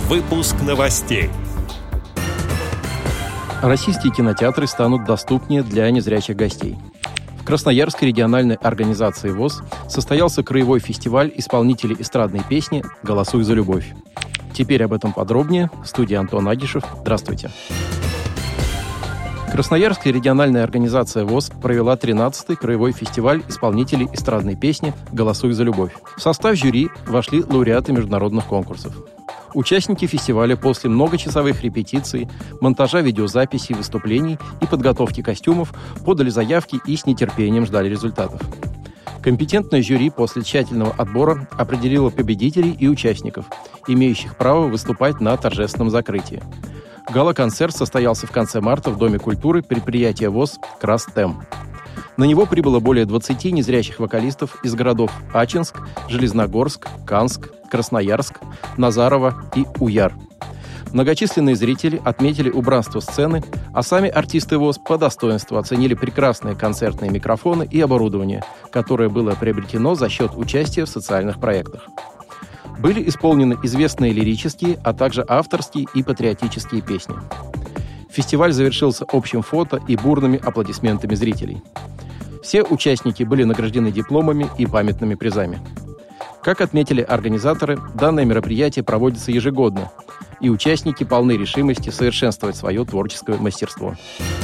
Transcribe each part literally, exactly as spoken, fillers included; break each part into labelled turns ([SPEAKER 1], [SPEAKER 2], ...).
[SPEAKER 1] Выпуск новостей.
[SPEAKER 2] Российские кинотеатры станут доступнее для незрячих гостей. В Красноярской региональной организации ВОС состоялся краевой фестиваль исполнителей эстрадной песни «Голосуй за любовь». Теперь об этом подробнее. В студии Антон Агишев. Здравствуйте. Красноярская региональная организация ВОС провела тринадцатый краевой фестиваль исполнителей эстрадной песни «Голосуй за любовь». В состав жюри вошли лауреаты международных конкурсов. Участники фестиваля после многочасовых репетиций, монтажа видеозаписей выступлений и подготовки костюмов подали заявки и с нетерпением ждали результатов. Компетентное жюри после тщательного отбора определило победителей и участников, имеющих право выступать на торжественном закрытии. Гала-концерт состоялся в конце марта в Доме культуры предприятия ВОС «Крастэм». На него прибыло более двадцати незрячих вокалистов из городов Ачинск, Железногорск, Канск, Красноярск, Назарово и Уяр. Многочисленные зрители отметили убранство сцены, а сами артисты ВОС по достоинству оценили прекрасные концертные микрофоны и оборудование, которое было приобретено за счет участия в социальных проектах. Были исполнены известные лирические, а также авторские и патриотические песни. Фестиваль завершился общим фото и бурными аплодисментами зрителей. Все участники были награждены дипломами и памятными призами. Как отметили организаторы, данное мероприятие проводится ежегодно, и участники полны решимости совершенствовать свое творческое мастерство.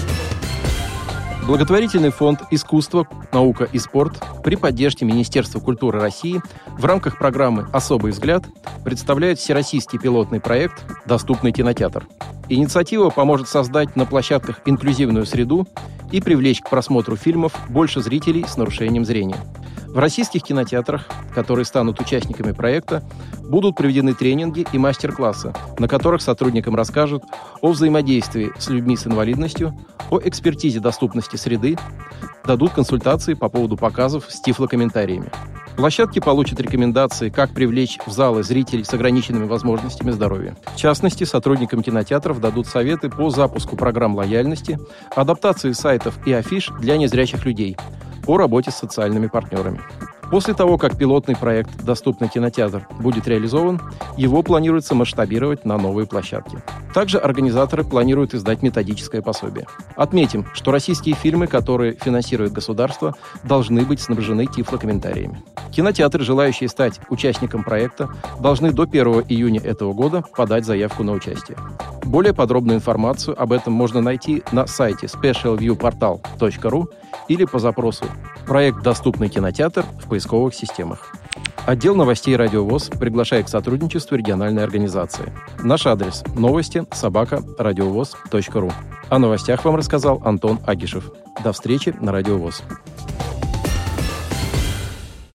[SPEAKER 2] Благотворительный фонд «Искусство, наука и спорт» при поддержке Министерства культуры России в рамках программы «Особый взгляд» представляет всероссийский пилотный проект «Доступный кинотеатр». Инициатива поможет создать на площадках инклюзивную среду и привлечь к просмотру фильмов больше зрителей с нарушением зрения. В российских кинотеатрах, которые станут участниками проекта, будут проведены тренинги и мастер-классы, на которых сотрудникам расскажут о взаимодействии с людьми с инвалидностью, о экспертизе доступности среды, дадут консультации по поводу показов с тифлокомментариями. Площадки получат рекомендации, как привлечь в залы зрителей с ограниченными возможностями здоровья. В частности, сотрудникам кинотеатров дадут советы по запуску программ лояльности, адаптации сайтов и афиш для незрячих людей, по работе с социальными партнерами. После того, как пилотный проект «Доступный кинотеатр» будет реализован, его планируется масштабировать на новые площадки. Также организаторы планируют издать методическое пособие. Отметим, что российские фильмы, которые финансирует государство, должны быть снабжены тифлокомментариями. Кинотеатры, желающие стать участником проекта, должны до первого июня этого года подать заявку на участие. Более подробную информацию об этом можно найти на сайте спешиал вью портал точка ру или по запросу «Проект «Доступный кинотеатр» в поисковых системах». Отдел новостей «Радио ВОС» приглашает к сотрудничеству региональной организации. Наш адрес – новости собака радиовоз точка ру. О новостях вам рассказал Антон Агишев. До встречи на Радио ВОС.